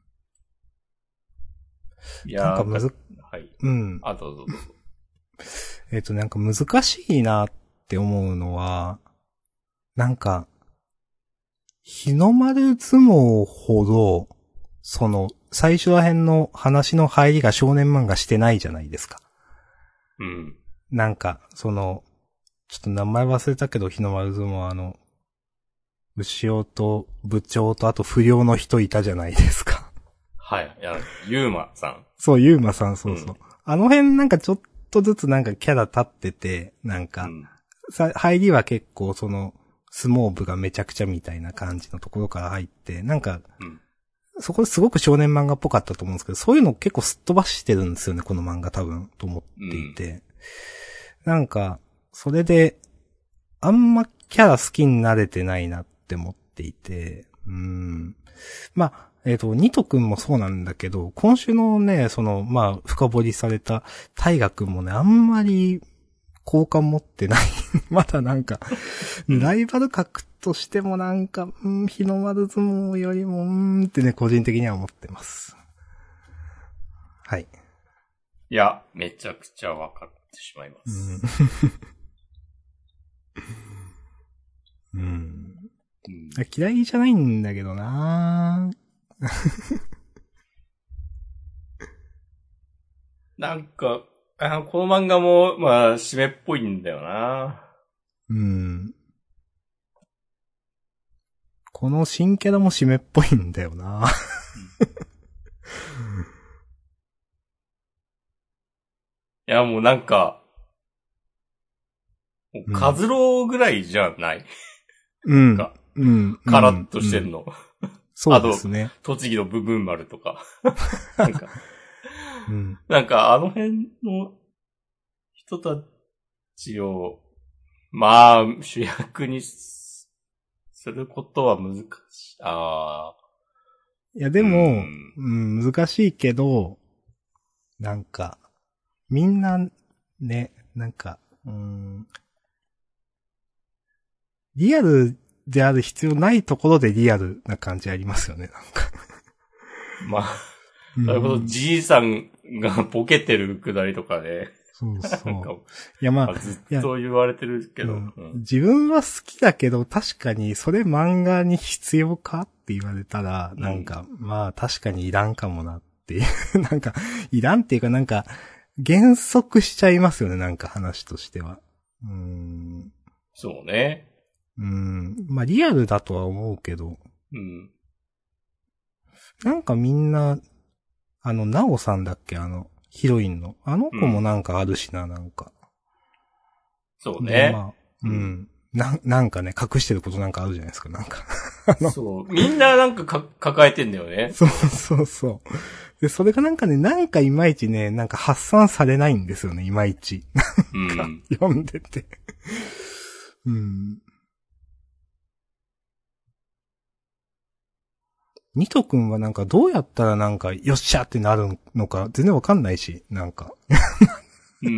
Speaker 1: いやー、
Speaker 2: なんかむず、
Speaker 1: はい。
Speaker 2: うん。
Speaker 1: あ、どうぞどうぞ。
Speaker 2: えっと、なんか難しいなっって思うのは、なんか、日の丸相撲ほど、その、最初ら辺の話の入りが少年漫画してないじゃないですか。
Speaker 1: うん。
Speaker 2: なんか、その、ちょっと名前忘れたけど、日の丸相撲はあの、牛尾と部長とあと不良の人いたじゃないですか。
Speaker 1: はい。いや、ゆうまさん。
Speaker 2: そう、ゆうまさん、そうそう。
Speaker 1: うん、
Speaker 2: あの辺なんかちょっとずつなんかキャラ立ってて、なんか、うん、さ入りは結構その、相撲部がめちゃくちゃみたいな感じのところから入って、なんか、うん、そこすごく少年漫画っぽかったと思うんですけど、そういうの結構すっ飛ばしてるんですよね、この漫画多分、と思っていて。うん、なんか、それで、あんまキャラ好きになれてないなって思っていて、うーん。まあ、えっと、ニト君もそうなんだけど、今週のね、その、まあ、深掘りされた大河君もね、あんまり好感持ってない。まだなんか、ライバル格としてもなんか、うん、日の丸相撲よりも、うーんってね、個人的には思ってます。はい。
Speaker 1: いや、めちゃくちゃわかってしまいます。
Speaker 2: うん。うんうん、嫌いじゃないんだけどな
Speaker 1: なんか、あこの漫画も、まあ、締めっぽいんだよな。
Speaker 2: うん。この新キャラも締めっぽいんだよな
Speaker 1: いや、もうなんか、もうカズローぐらいじゃない、
Speaker 2: うん、
Speaker 1: なんか、
Speaker 2: うん。
Speaker 1: カラッとしてんの。うん、
Speaker 2: そうですね。
Speaker 1: あと、栃木の部分丸とか。なんか、
Speaker 2: うん、
Speaker 1: なんかあの辺の人たちを、まあ、主役にすることは難しい。ああ。
Speaker 2: いや、でも、うん、うん、難しいけど、なんか、みんな、ね、なんか、うん、リアルである必要ないところでリアルな感じありますよね、なんか。
Speaker 1: まあ、なるほど、じいさんがボケてるくだりとかね。
Speaker 2: そうそう。いやまあ、
Speaker 1: ずっと言われてるけど、うん
Speaker 2: うん。自分は好きだけど、確かにそれ漫画に必要かって言われたら、なんか、うん、まあ確かにいらんかもなっていう。なんか、いらんっていうかなんか、減速しちゃいますよね、なんか話としては。うーん。
Speaker 1: そうね。
Speaker 2: うーん。まあリアルだとは思うけど。
Speaker 1: うん。
Speaker 2: なんかみんな、あの、ナオさんだっけあの、ヒロインの。あの子もなんかあるしな、うん、なんか。
Speaker 1: そうね。
Speaker 2: まあ、うん。うん、な、なんかね、隠してることなんかあるじゃないですか、なんか。
Speaker 1: そう。みんななんかか抱えてんだよね。
Speaker 2: そうそうそう。で、それがなんかね、なんかいまいちね、なんか発散されないんですよね、いまいち。なんか、うん、読んでて。うん。ニト君はなんかどうやったらなんか、よっしゃってなるのか、全然わかんないし、なんか。
Speaker 1: うん。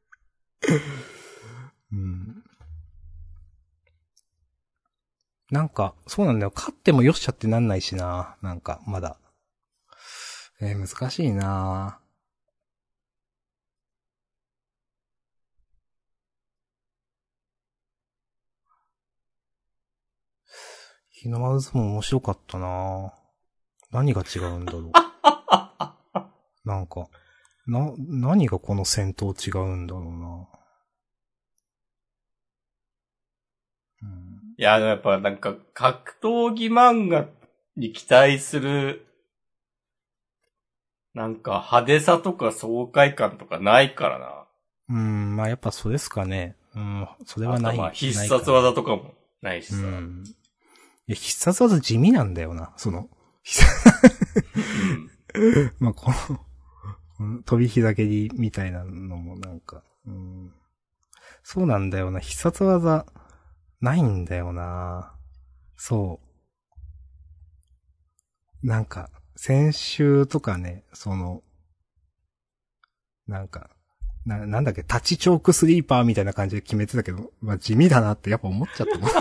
Speaker 2: うん。なんか、そうなんだよ。勝ってもよっしゃってなんないしな。なんか、まだ。えー、難しいな。日の丸相撲面白かったな。何が違うんだろう。なんか、な、何がこの戦闘違うんだろうな。うん、
Speaker 1: いや、やっぱなんか格闘技漫画に期待する、なんか派手さとか爽快感とかないからな。
Speaker 2: うん、まあやっぱそうですかね。うん、それはない。
Speaker 1: あとまあ必殺技とかもないしさ。
Speaker 2: うん。いや、必殺技地味なんだよな、その。うん、まあこの、飛び膝蹴りみたいなのもなんか、うん、そうなんだよな、必殺技、ないんだよな。そう。なんか、先週とかね、その、なんか、な、なんだっけ、タッチチョークスリーパーみたいな感じで決めてたけど、まあ地味だなってやっぱ思っちゃったもん。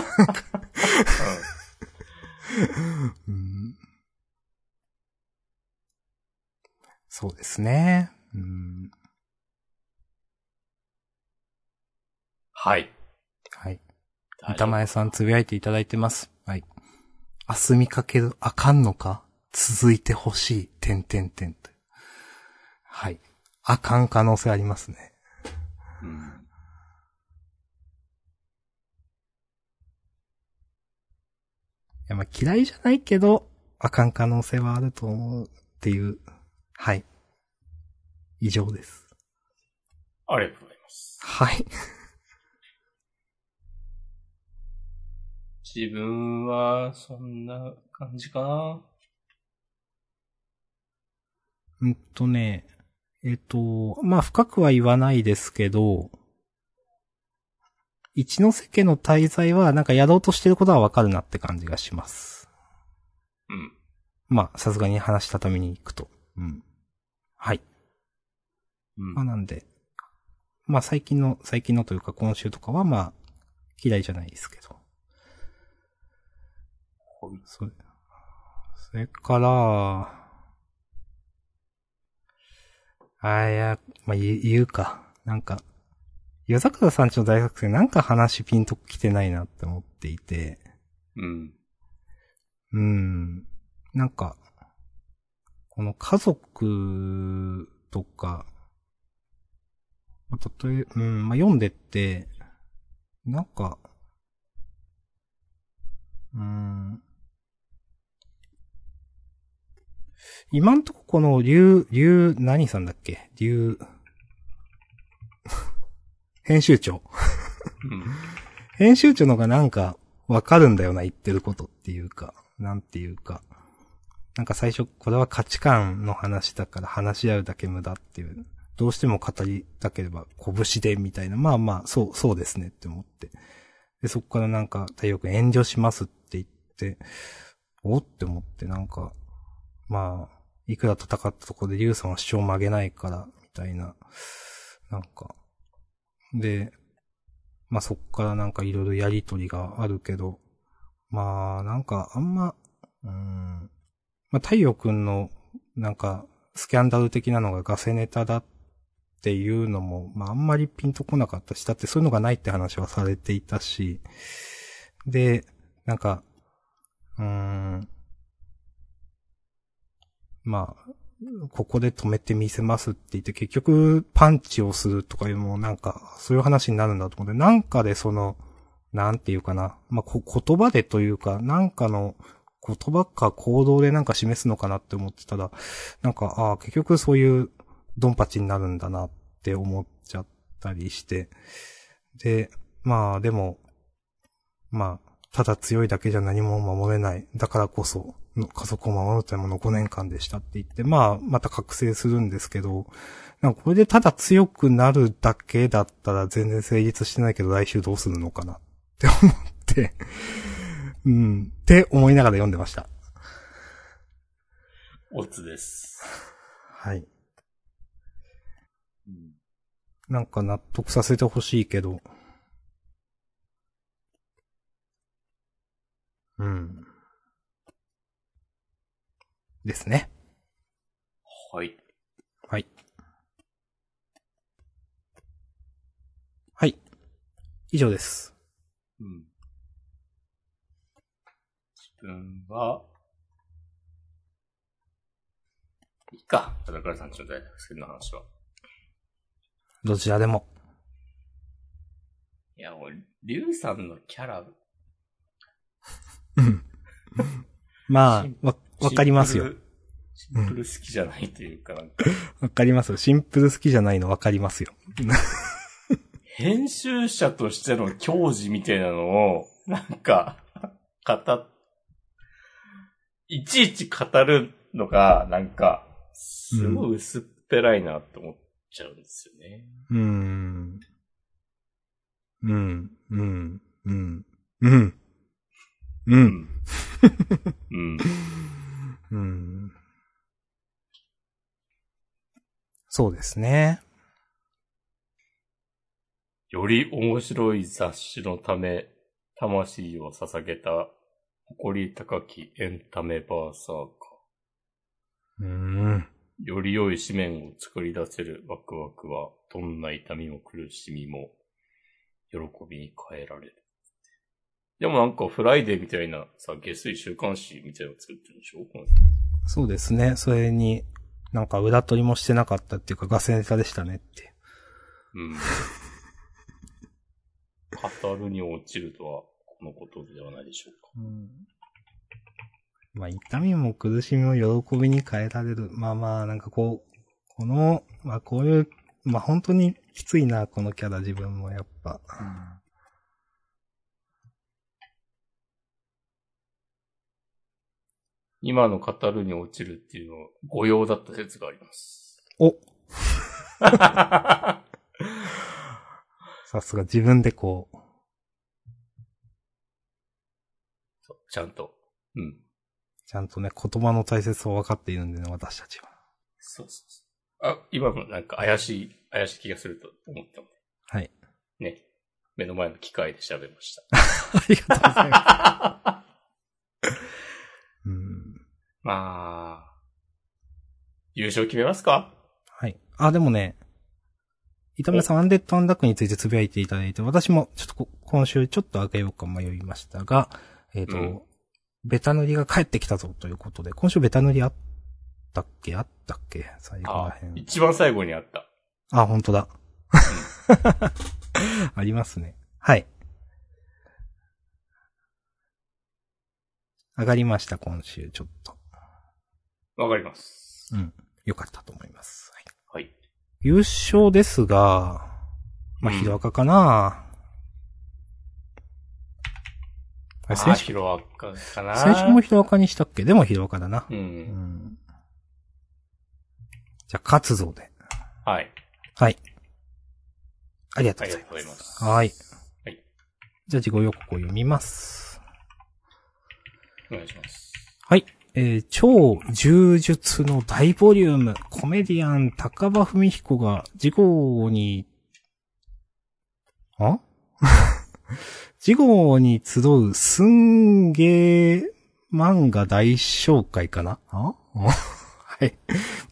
Speaker 2: うん、そうですね。うん、
Speaker 1: はい。
Speaker 2: 板前さんつぶやいていただいてます。はい。明日見かける、あかんのか続いてほしい、てんてんてんと。はい。あかん可能性ありますね。
Speaker 1: うん。い
Speaker 2: や、まあ嫌いじゃないけど、あかん可能性はあると思うっていう。はい。以上です。
Speaker 1: ありがとうございます。
Speaker 2: はい。
Speaker 1: 自分は、そんな感じかな。
Speaker 2: うんとね、えっと、まあ深くは言わないですけど、一ノ瀬家の滞在はなんかやろうとしてることはわかるなって感じがします。
Speaker 1: うん。
Speaker 2: まあ、さすがに話したために行くと。うん。はい。
Speaker 1: うん。
Speaker 2: まあなんで、まあ最近の、最近のというか今週とかはまあ、嫌いじゃないですけど。
Speaker 1: ほい。
Speaker 2: それ、それから、あいや、まあ言う、言うか。なんか、夜桜さんちの大学生なんか話ピンと来てないなって思っていて。
Speaker 1: うん。
Speaker 2: うーん。なんか、この家族とか、まあ、例え、うん、まあ、読んでって、なんか、うーん、今んとここの竜、竜、何さんだっけ竜、編集長。
Speaker 1: うん。
Speaker 2: 編集長のがなんか、わかるんだよな、言ってることっていうか、なんていうか。なんか最初、これは価値観の話だから話し合うだけ無駄っていう。どうしても語りたければ拳でみたいな。まあまあ、そう、そうですねって思って。で、そこからなんか、太陽君遠慮しますって言って、おって思ってなんか、まあ、いくら戦ったところでリュウさんは主張を曲げないから、みたいな。なんか。で、まあそっからなんかいろいろやりとりがあるけど、まあなんかあんま、うーん、まあ太陽くんのなんかスキャンダル的なのがガセネタだっていうのも、まああんまりピンとこなかったし、だってそういうのがないって話はされていたし、で、なんか、うーん、まあ、ここで止めてみせますって言って結局パンチをするとかいうのもなんかそういう話になるんだと思って、なんかでその、なんていうかな、まあ、こ言葉でというか、なんかの言葉か行動でなんか示すのかなって思ってたら、なんか、ああ、結局そういうドンパチになるんだなって思っちゃったりして、で、まあでも、まあ、ただ強いだけじゃ何も守れない。だからこそ、家族を守るためのごねんかんでしたって言って、まあ、また覚醒するんですけど、なんかこれでただ強くなるだけだったら全然成立してないけど来週どうするのかなって思って、うん、って思いながら読んでました。
Speaker 1: オツです。
Speaker 2: はい。
Speaker 1: うん、
Speaker 2: なんか納得させてほしいけど、うん。ですね。
Speaker 1: はい。
Speaker 2: はい。はい。以上です。
Speaker 1: うん。自分は、いいか。田中さんちの大学生の話は。
Speaker 2: どちらでも。
Speaker 1: いや、もう、リュウさんのキャラ、
Speaker 2: うん。まあ、わ、わかりますよ。
Speaker 1: シンプル好きじゃないというか、なんか。
Speaker 2: わかりますよ。シンプル好きじゃないのわかりますよ。
Speaker 1: 編集者としての矜持みたいなのを、なんか、語っ、いちいち語るのが、なんか、すごい薄っぺらいなって思っちゃうんですよね。
Speaker 2: うーん。うん、うん、うん、うん、うん。
Speaker 1: うん。
Speaker 2: うん。そうですね。
Speaker 1: より面白い雑誌のため、魂を捧げた、誇り高きエンタメバーサーか。
Speaker 2: うん。
Speaker 1: より良い紙面を作り出せるワクワクは、どんな痛みも苦しみも、喜びに変えられる。 でもなんかフライデーみたいなさ、下水週刊誌みたいなの作ってるんでしょ？
Speaker 2: そうですね。それに、なんか裏取りもしてなかったっていうかガセネタでしたねって。
Speaker 1: うん。語るに落ちるとは、このことではないでしょうか。
Speaker 2: うん。まあ、痛みも苦しみも喜びに変えられる。まあまあ、なんかこう、この、まあこういう、まあ本当にきついな、このキャラ自分もやっぱ。うん、
Speaker 1: 今の語るに落ちるっていうのは誤用だった説があります。
Speaker 2: おさすが自分でこう。
Speaker 1: そう、ちゃんと。うん。
Speaker 2: ちゃんとね、言葉の大切さを分かっているんでね、私たちは。
Speaker 1: そうそうそう。あ、今もなんか怪しい、怪しい気がすると思ったので。
Speaker 2: はい。
Speaker 1: ね。目の前の機械で喋りました。
Speaker 2: ありがとうございます。うん。
Speaker 1: まあ、優勝決めますか？
Speaker 2: はい。あ、でもね、伊丹さんアンデッドアンダックについてつぶやいていただいて、私もちょっと今週ちょっと開けようか迷いましたが、えっと、うん、ベタ塗りが帰ってきたぞということで、今週ベタ塗りあったっけあったっけ最後らへん。
Speaker 1: 一番最後にあった。
Speaker 2: あ、本当だ。ありますね。はい。上がりました、今週、ちょっと。
Speaker 1: わかります。
Speaker 2: うん。よかったと思います。
Speaker 1: はい。はい、
Speaker 2: 優勝ですが、まあ、ヒロアカかな、
Speaker 1: うん、あれ、ヒロアカかな
Speaker 2: 先週もヒロアカにしたっけ？でもヒロアカだな。
Speaker 1: うん。うん、
Speaker 2: じゃあ、勝つぞで。
Speaker 1: はい。
Speaker 2: はい。ありがとうございます。ありがとうございます。はい。はい。じゃあ、自己予告を読みます。
Speaker 1: お願いします。
Speaker 2: はい。えー、超柔術の大ボリューム、コメディアン高場文彦が事後に、あ事後に集う寸芸漫画大紹介かなあはい。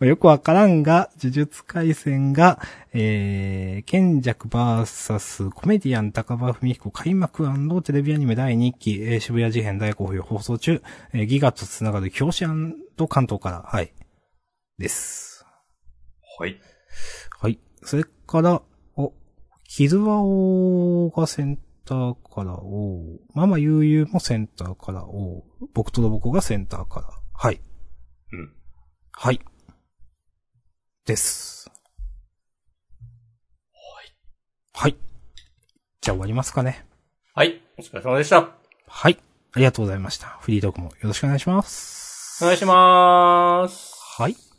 Speaker 2: よくわからんが、呪術廻戦が、えー、賢弱 ブイエス コメディアン高場文彦開幕&テレビアニメだいにき、えー、渋谷事変大好評放送中、えー、ギガとつながる表紙&関東から、はい。です。
Speaker 1: はい。
Speaker 2: はい。それから、お、キルワオがセンターから、お、ママユーユーもセンターから、お、僕とロボコがセンターから、はい。
Speaker 1: うん。
Speaker 2: はい。です。
Speaker 1: はい。
Speaker 2: はい。じゃあ終わりますかね。
Speaker 1: はい。お疲れ様でした。
Speaker 2: はい。ありがとうございました。フリートークもよろしくお願いします。
Speaker 1: お願いします。
Speaker 2: はい。